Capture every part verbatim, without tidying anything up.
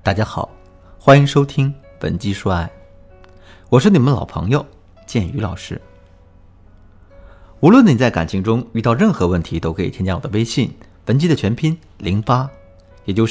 大家好，欢迎收听本期说爱，我是你们老朋友建宇老师。无论你在感情中遇到任何问题，都可以添加我的微信，本期的全拼零八，也就是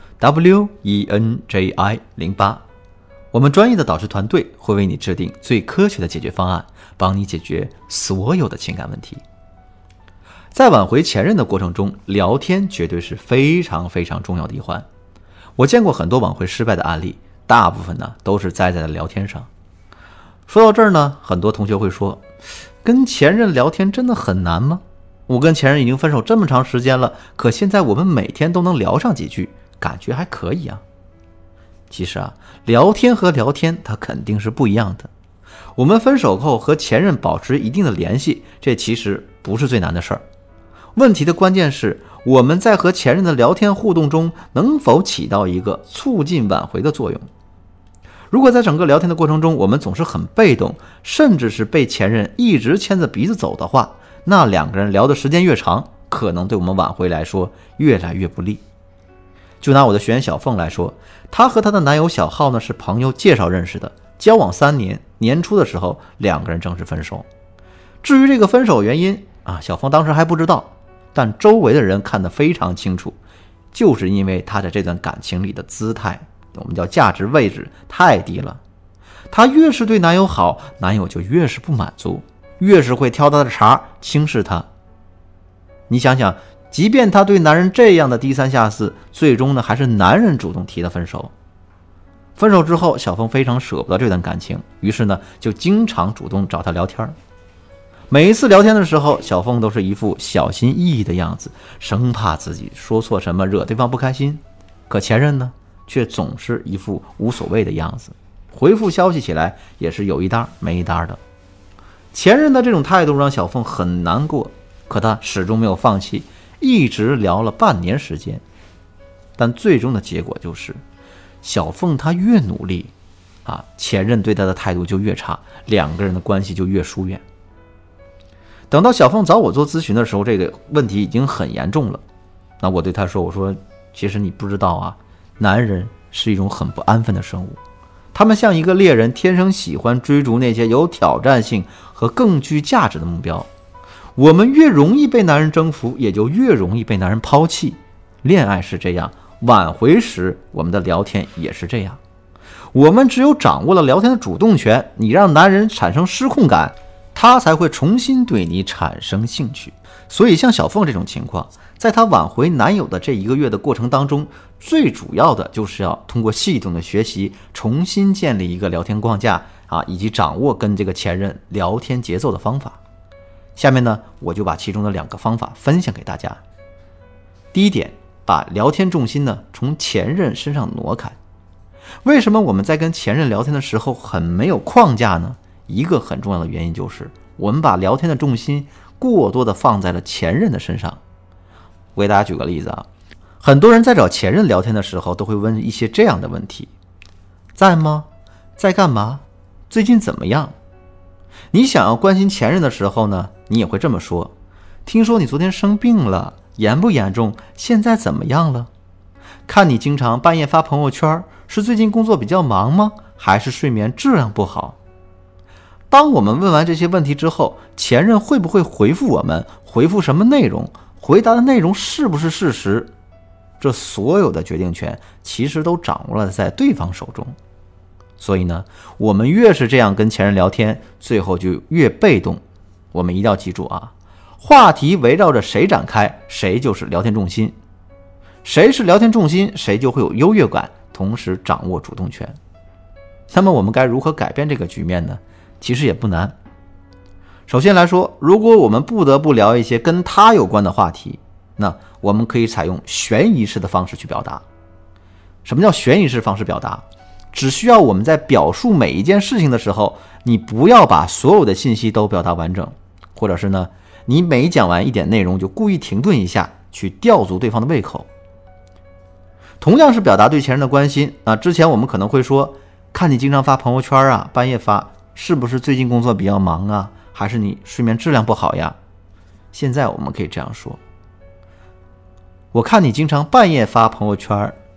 W E N J I 零八。我们专业的导师团队会为你制定最科学的解决方案，帮你解决所有的情感问题。在挽回前任的过程中，聊天绝对是非常非常重要的一环。我见过很多挽回失败的案例，大部分呢都是栽在了聊天上。说到这儿呢，很多同学会说，跟前任聊天真的很难吗？我跟前任已经分手这么长时间了，可现在我们每天都能聊上几句，感觉还可以啊。其实啊，聊天和聊天它肯定是不一样的。我们分手后和前任保持一定的联系，这其实不是最难的事儿。问题的关键是我们在和前任的聊天互动中能否起到一个促进挽回的作用。如果在整个聊天的过程中我们总是很被动，甚至是被前任一直牵着鼻子走的话，那两个人聊的时间越长，可能对我们挽回来说越来越不利。就拿我的学员小凤来说，她和她的男友小浩呢是朋友介绍认识的，交往三年，年初的时候两个人正式分手。至于这个分手原因啊，小凤当时还不知道，但周围的人看得非常清楚，就是因为她在这段感情里的姿态，我们叫价值位置太低了。她越是对男友好，男友就越是不满足，越是会挑她的茬，轻视她。你想想，即便她对男人这样的低三下四，最终呢还是男人主动提的分手。分手之后，小凤非常舍不得这段感情，于是呢就经常主动找他聊天。每一次聊天的时候，小凤都是一副小心翼翼的样子，生怕自己说错什么惹对方不开心。可前任呢，却总是一副无所谓的样子，回复消息起来也是有一搭没一搭的。前任的这种态度让小凤很难过，可她始终没有放弃，一直聊了半年时间。但最终的结果就是，小凤她越努力啊，前任对她的态度就越差，两个人的关系就越疏远。等到小凤找我做咨询的时候，这个问题已经很严重了。那我对她说，我说其实你不知道啊，男人是一种很不安分的生物，他们像一个猎人，天生喜欢追逐那些有挑战性和更具价值的目标。我们越容易被男人征服，也就越容易被男人抛弃。恋爱是这样，挽回时我们的聊天也是这样。我们只有掌握了聊天的主动权，你让男人产生失控感，他才会重新对你产生兴趣。所以像小凤这种情况，在她挽回男友的这一个月的过程当中，最主要的就是要通过系统的学习，重新建立一个聊天框架啊，以及掌握跟这个前任聊天节奏的方法。下面呢，我就把其中的两个方法分享给大家。第一点，把聊天重心呢从前任身上挪开。为什么我们在跟前任聊天的时候很没有框架呢？一个很重要的原因就是我们把聊天的重心过多的放在了前任的身上。我给大家举个例子啊，很多人在找前任聊天的时候都会问一些这样的问题：在吗？在干嘛？最近怎么样？你想要关心前任的时候呢，你也会这么说：听说你昨天生病了，严不严重？现在怎么样了？看你经常半夜发朋友圈，是最近工作比较忙吗？还是睡眠质量不好？当我们问完这些问题之后，前任会不会回复我们？回复什么内容？回答的内容是不是事实？这所有的决定权其实都掌握了在对方手中。所以呢，我们越是这样跟前任聊天，最后就越被动。我们一定要记住啊，话题围绕着谁展开，谁就是聊天重心。谁是聊天重心，谁就会有优越感，同时掌握主动权。那么我们该如何改变这个局面呢？其实也不难。首先来说，如果我们不得不聊一些跟他有关的话题，那我们可以采用悬疑式的方式去表达。什么叫悬疑式方式表达？只需要我们在表述每一件事情的时候，你不要把所有的信息都表达完整，或者是呢，你每讲完一点内容就故意停顿一下，去吊足对方的胃口。同样是表达对前任的关心啊，之前我们可能会说，看你经常发朋友圈啊，半夜发，是不是最近工作比较忙啊？还是你睡眠质量不好呀？现在我们可以这样说：我看你经常半夜发朋友圈，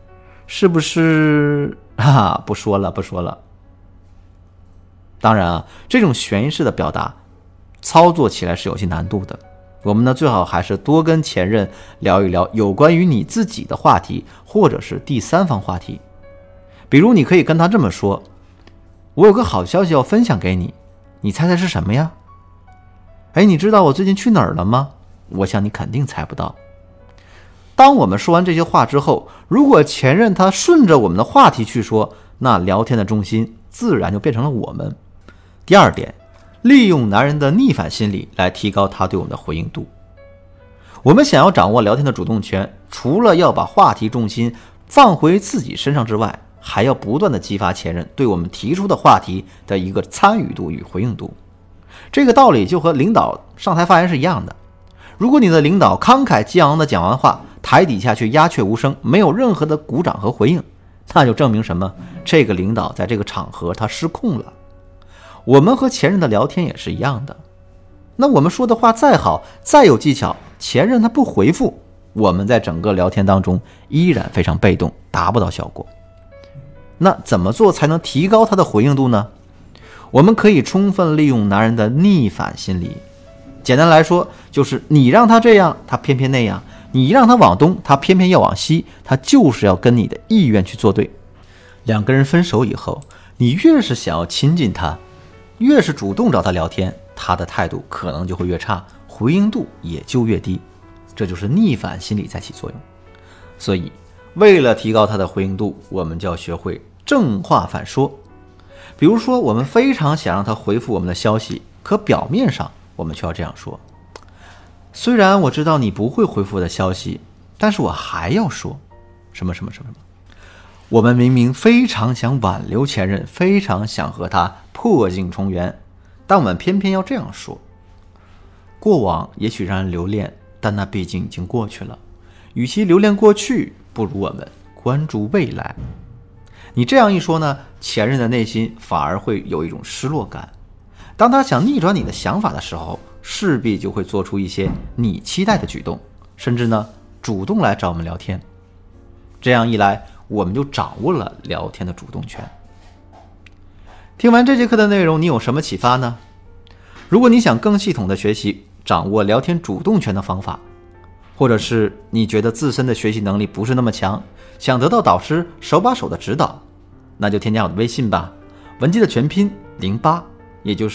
是不是啊？不说了不说了。当然啊，这种悬疑式的表达操作起来是有些难度的，我们呢最好还是多跟前任聊一聊有关于你自己的话题，或者是第三方话题。比如你可以跟他这么说，我有个好消息要分享给你，你猜猜是什么呀？哎，你知道我最近去哪儿了吗？我想你肯定猜不到。当我们说完这些话之后，如果前任他顺着我们的话题去说，那聊天的重心自然就变成了我们。第二点，利用男人的逆反心理来提高他对我们的回应度。我们想要掌握聊天的主动权，除了要把话题重心放回自己身上之外，还要不断的激发前任对我们提出的话题的一个参与度与回应度。这个道理就和领导上台发言是一样的。如果你的领导慷慨激昂的讲完话，台底下却鸦雀无声，没有任何的鼓掌和回应，那就证明什么？这个领导在这个场合他失控了。我们和前任的聊天也是一样的，那我们说的话再好再有技巧，前任他不回复，我们在整个聊天当中依然非常被动，达不到效果。那怎么做才能提高他的回应度呢？我们可以充分利用男人的逆反心理。简单来说，就是你让他这样，他偏偏那样；你让他往东，他偏偏要往西，他就是要跟你的意愿去作对。两个人分手以后，你越是想要亲近他，越是主动找他聊天，他的态度可能就会越差，回应度也就越低。这就是逆反心理在起作用。所以为了提高他的回应度，我们就要学会正话反说。比如说，我们非常想让他回复我们的消息，可表面上我们却要这样说：虽然我知道你不会回复我的消息，但是我还要说什么什么什么什么。我们明明非常想挽留前任，非常想和他破镜重圆，但我们偏偏要这样说。过往也许让人留恋，但那毕竟已经过去了。与其留恋过去，不如我们关注未来。你这样一说呢，前任的内心反而会有一种失落感。当他想逆转你的想法的时候，势必就会做出一些你期待的举动，甚至呢主动来找我们聊天。这样一来，我们就掌握了聊天的主动权。听完这节课的内容，你有什么启发呢？如果你想更系统的学习掌握聊天主动权的方法，或者是你觉得自身的学习能力不是那么强，想得到导师手把手的指导，那就添加我的微信吧，文姬的全拼零八，也就是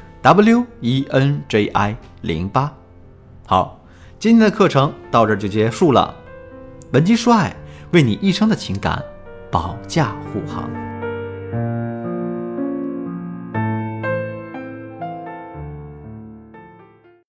W E N J I 零八。好，今天的课程到这儿就结束了。文姬说爱，为你一生的情感保驾护航。